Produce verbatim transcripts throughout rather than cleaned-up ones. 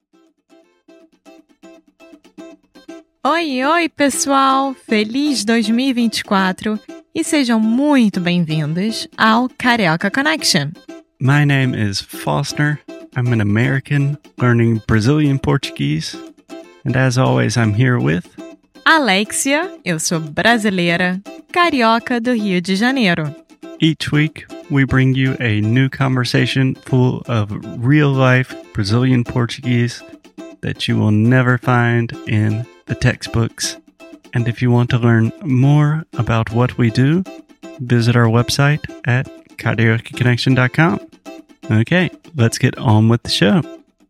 Oi, oi, pessoal! Feliz dois mil e vinte e quatro e sejam muito bem-vindos ao Carioca Connection. My name is Foster. I'm an American learning Brazilian Portuguese. And as always, I'm here with... Alexia, eu sou brasileira, carioca do Rio de Janeiro. Each week, we bring you a new conversation full of real-life Brazilian Portuguese that you will never find in the textbooks. And if you want to learn more about what we do, visit our website at carioca connection dot com. Okay, let's get on with the show.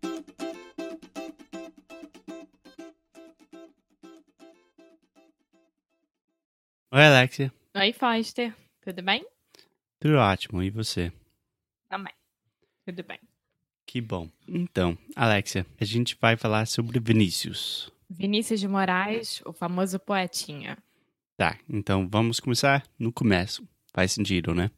Oi, Alexia. Oi, Foster. Tudo bem? Tudo ótimo. E você? Também. Tudo bem. Que bom. Então, Alexia, a gente vai falar sobre Vinícius. Vinícius de Moraes, o famoso poetinha. Tá, então vamos começar no começo. Faz sentido, né?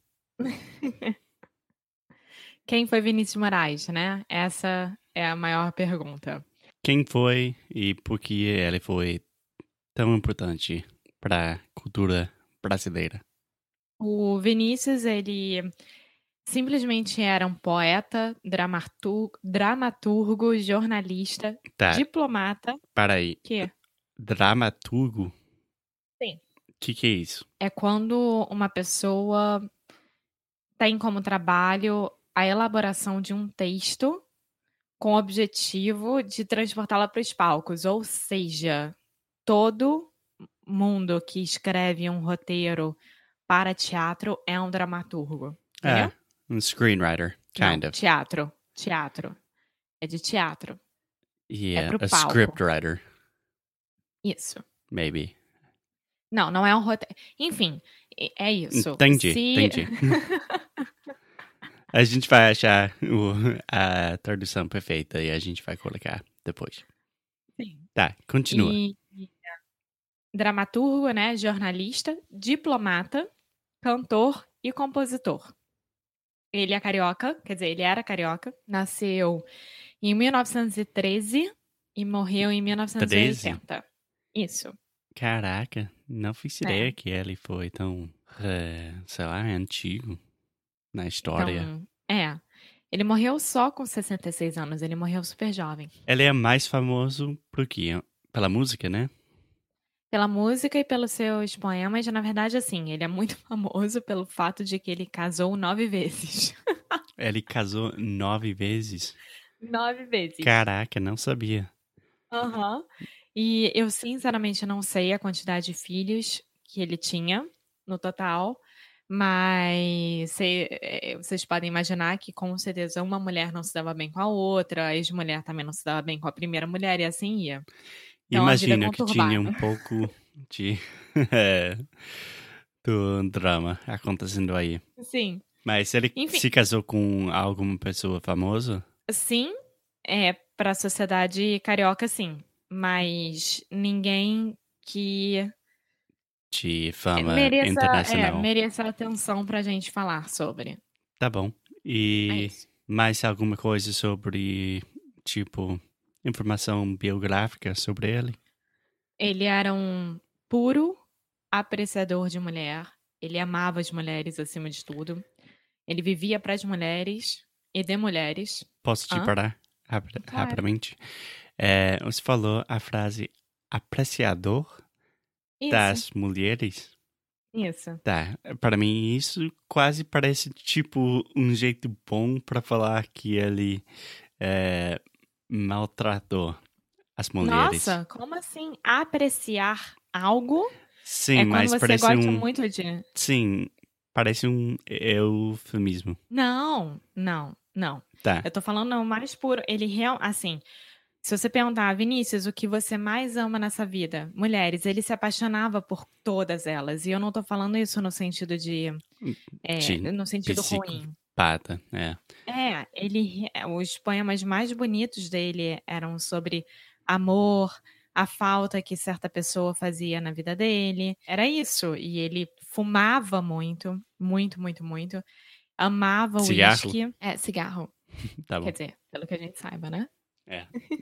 Quem foi Vinícius de Moraes, né? Essa é a maior pergunta. Quem foi e por que ele foi tão importante para a cultura brasileira? O Vinícius, ele simplesmente era um poeta, dramaturgo, dramaturgo jornalista, Tá, diplomata. para aí. Que Dramaturgo? Sim. O que, que é isso? é quando uma pessoa tem como trabalho a elaboração de um texto com o objetivo de transportá-la para os palcos. Ou seja, todo mundo que escreve um roteiro para teatro é um dramaturgo. Entendeu? Ah, um screenwriter, kind Não, of. teatro. Teatro. É de teatro. Yeah, pro a palco. scriptwriter, Isso. maybe. Não, não é um roteiro. Enfim, é isso. Entendi, Se... entendi. A gente vai achar o, a tradução perfeita e a gente vai colocar depois. Sim. Tá, continua. E dramaturgo, né? Jornalista, diplomata, cantor e compositor. Ele é carioca, quer dizer, ele era carioca, nasceu em mil novecentos e treze e morreu em mil novecentos e oitenta. Isso. Caraca, não fiz É. ideia que ele foi tão, é, sei lá, antigo na história. Então, é. Ele morreu só com sessenta e seis anos, ele morreu super jovem. Ele é mais famoso por quê? Pela música, né? Pela música e pelos seus poemas, na verdade, assim, ele é muito famoso pelo fato de que ele casou nove vezes. Ele casou nove vezes? Nove vezes. Caraca, não sabia. Aham. E eu, sinceramente, não sei a quantidade de filhos que ele tinha no total, mas cê- eh, vocês podem imaginar que, com certeza, uma mulher não se dava bem com a outra, a ex-mulher também não se dava bem com a primeira mulher, e assim ia. Então, a vida é Imagino que tinha conturbada. um pouco de é, do drama acontecendo aí. Sim. Mas ele Enfim. se casou com alguma pessoa famosa? Sim, é, para a sociedade carioca, sim. Mas ninguém que De fama mereça, é, internacional. mereça atenção pra gente falar sobre. Tá bom. É E isso. mais alguma coisa sobre, tipo, informação biográfica sobre ele? Ele era um puro apreciador de mulher. Ele amava as mulheres acima de tudo. Ele vivia para as mulheres e de mulheres. Posso te Hã? parar rapid- Claro. rapidamente? É, você falou a frase apreciador Isso, das mulheres? isso. Tá, para mim isso quase parece tipo um jeito bom pra falar que ele é, maltratou as mulheres. Nossa, como assim? Apreciar algo Sim, é quando mas você parece gosta um... muito de... Sim, parece um eufemismo. Não, não, não. Tá, Eu tô falando o mais puro. Ele real, assim, se você perguntar, Vinícius, o que você mais ama nessa vida? Mulheres. Ele se apaixonava por todas elas. E eu não tô falando isso no sentido de, é, de no sentido psico- ruim. pata, é. É, ele, os poemas mais bonitos dele eram sobre amor, a falta que certa pessoa fazia na vida dele. Era isso. E ele fumava muito, muito, muito, muito. Amava Cigarro? uísque. É, cigarro. Tá bom. Quer dizer, pelo que a gente saiba, né? É.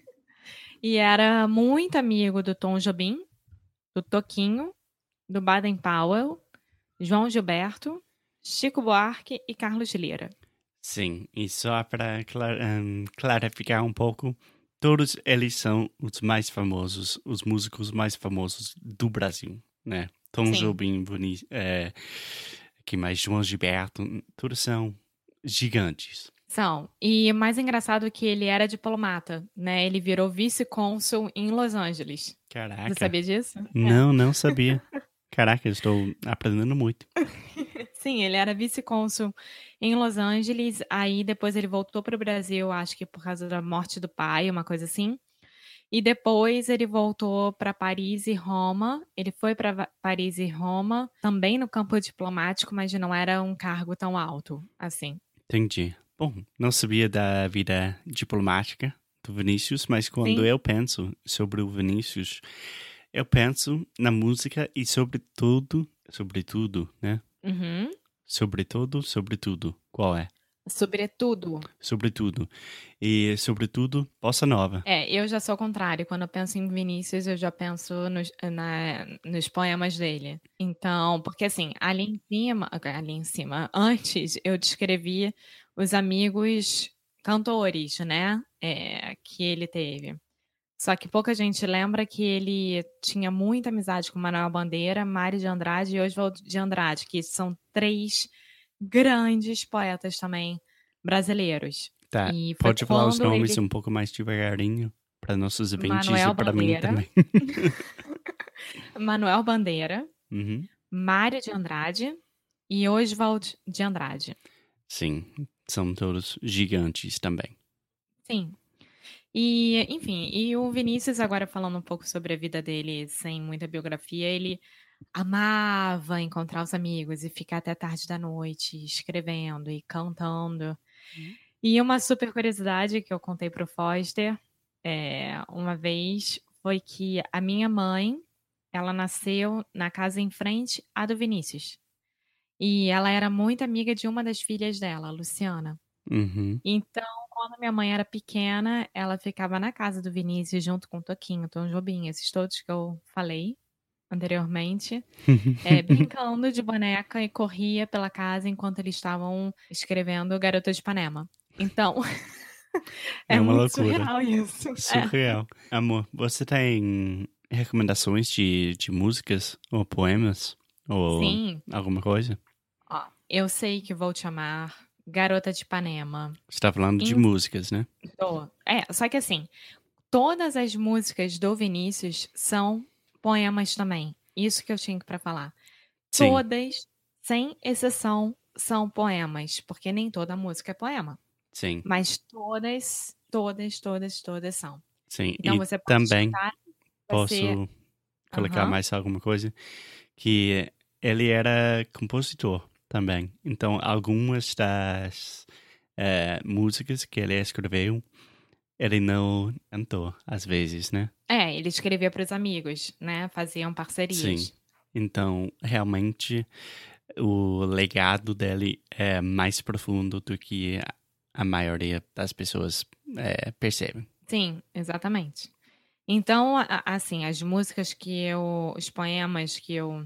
E era muito amigo do Tom Jobim, do Toquinho, do Baden Powell, João Gilberto, Chico Buarque e Carlos Lira. Sim, e só para clar um, clarificar um pouco, todos eles são os mais famosos, os músicos mais famosos do Brasil, né? Tom Sim. Jobim, Boni é, que mais João Gilberto, todos são gigantes. São. E o mais engraçado é que ele era diplomata, né? Ele virou vice-cônsul em Los Angeles. Caraca. Você sabia disso? Não, é. não sabia. Caraca, eu estou aprendendo muito. Sim, ele era vice-cônsul em Los Angeles, aí depois ele voltou para o Brasil, acho que por causa da morte do pai, uma coisa assim. E depois ele voltou para Paris e Roma. Ele foi para Paris e Roma, também no campo diplomático, mas não era um cargo tão alto assim. Entendi. Bom, não sabia da vida diplomática do Vinícius, mas quando Sim. eu penso sobre o Vinícius, eu penso na música e sobretudo, sobretudo, né? Uhum. Sobretudo, sobretudo. Qual é? Sobretudo. Sobretudo. E, sobretudo, bossa nova. É, eu já sou o contrário. Quando eu penso em Vinícius, eu já penso nos, na, nos poemas dele. Então, porque assim, ali em cima, ali em cima, antes eu descrevi os amigos cantores, né? É, que ele teve. Só que pouca gente lembra que ele tinha muita amizade com Manuel Bandeira, Mário de Andrade e Oswald de Andrade, que são três grandes poetas também brasileiros. Tá, E foi pode falar os quando nomes ele... um pouco mais devagarinho para nossos ouvintes Manuel e para mim Bandeira. também. Manuel Bandeira, Uhum. Mário de Andrade e Oswald de Andrade. Sim, são todos gigantes também. Sim. E, enfim, e o Vinícius, agora falando um pouco sobre a vida dele, sem muita biografia, ele amava encontrar os amigos e ficar até tarde da noite escrevendo e cantando. Uhum. E uma super curiosidade que eu contei pro Foster é, uma vez foi que a minha mãe, ela nasceu na casa em frente à do Vinícius. E ela era muito amiga de uma das filhas dela, a Luciana. Uhum. Então, quando minha mãe era pequena, ela ficava na casa do Vinícius junto com o Toquinho, Tom Jobim, esses todos que eu falei anteriormente, é, brincando de boneca e corria pela casa enquanto eles estavam escrevendo Garota de Ipanema. Então, é, É uma muito loucura. surreal isso. Surreal. É. Amor, você tem recomendações de, de músicas ou poemas? Ou Sim. alguma coisa? Ó, eu sei que vou te amar, Garota de Ipanema. Você tá falando de Em- músicas, né? Tô. É, só que assim, todas as músicas do Vinícius são poemas também. Isso que eu tinha pra falar. Sim, Todas, sem exceção, são poemas, porque nem toda música é poema. sim, Mas todas, todas, todas, todas são. sim. Então E você pode também escutar, posso você... colocar Aham. mais alguma coisa, que ele era compositor também. Então, algumas das eh, músicas que ele escreveu, ele não cantou, às vezes, né? É, ele escrevia para os amigos, né? Faziam parcerias. Sim. Então, realmente, o legado dele é mais profundo do que a- a maioria das pessoas é, percebem. Sim, exatamente. Então, a- assim, as músicas que eu, os poemas que eu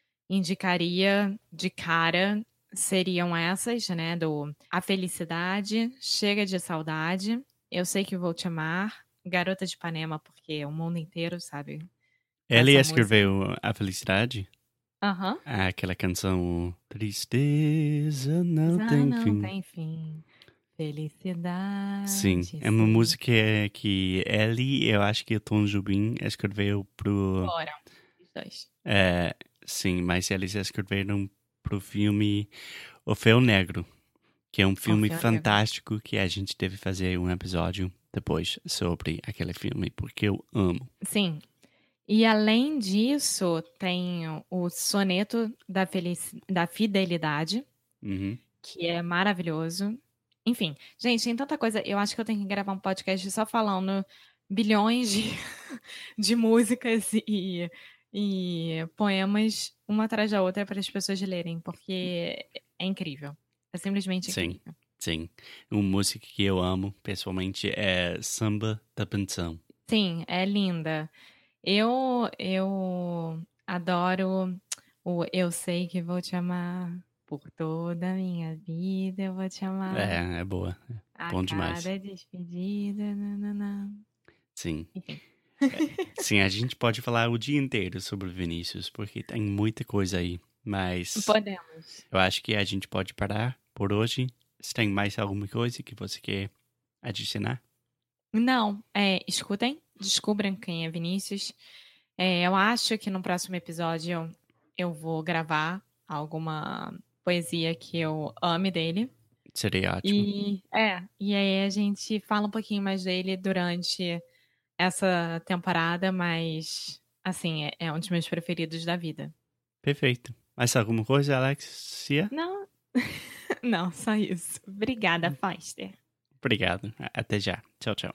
indicaria de cara seriam essas, né? Do A Felicidade, Chega de Saudade, Eu Sei Que Vou Te Amar, Garota de Ipanema, porque o mundo inteiro sabe Ele essa música. escreveu A Felicidade, Aham. aquela canção Tristeza não Ah, tem não fim. tem fim. Felicidade. Sim, é uma sim. música que ele, eu acho que o Tom Jobim escreveu pro... Foram os dois. É, sim, mas eles escreveram pro filme O Feu Negro, que é um filme Feu Negro. fantástico que a gente deve fazer um episódio depois sobre aquele filme, porque eu amo. Sim. E além disso, tem o soneto da, felici- da fidelidade, Uhum. que é maravilhoso. Enfim, gente, tem tanta coisa. Eu acho que eu tenho que gravar um podcast só falando bilhões de, de músicas e, e poemas uma atrás da outra para as pessoas lerem, porque é incrível. É simplesmente Sim. incrível. Sim, uma música que eu amo, pessoalmente, é Samba da Pensão. Sim, é linda. Eu, eu adoro o Eu Sei Que Vou Te Amar por toda a minha vida, eu vou te amar. É, é boa. A Bom demais. cada despedida, nananã. Sim. Enfim. Sim, a gente pode falar o dia inteiro sobre o Vinícius, porque tem muita coisa aí. Mas Podemos. eu acho que a gente pode parar por hoje. Se tem mais alguma coisa que você quer adicionar? Não, é, escutem, descubram quem é Vinícius. É, eu acho que no próximo episódio eu vou gravar alguma poesia que eu ame dele. Seria ótimo. E é, e aí a gente fala um pouquinho mais dele durante essa temporada, mas assim, é, é um dos meus preferidos da vida. Perfeito. Mais alguma coisa, Alexia? Não, não, só isso. Obrigada, Foster. Obrigado. Até já. Tchau, tchau.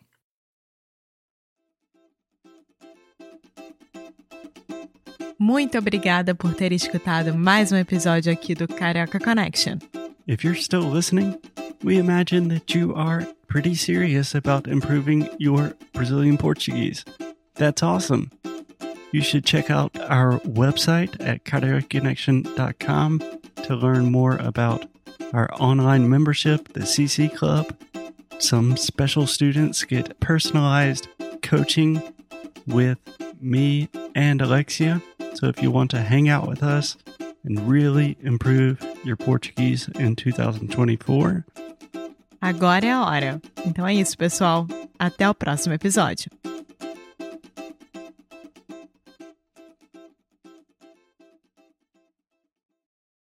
Muito obrigada por ter escutado mais um episódio aqui do Carioca Connection. If you're still listening, we imagine that you are pretty serious about improving your Brazilian Portuguese. That's awesome. You should check out our website at carioca connection dot com to learn more about our online membership, the C C Club. Some special students get personalized coaching with me and Alexia. So if you want to hang out with us and really improve your Portuguese in two thousand twenty-four. Agora é a hora. Então é isso, pessoal. Até o próximo episódio.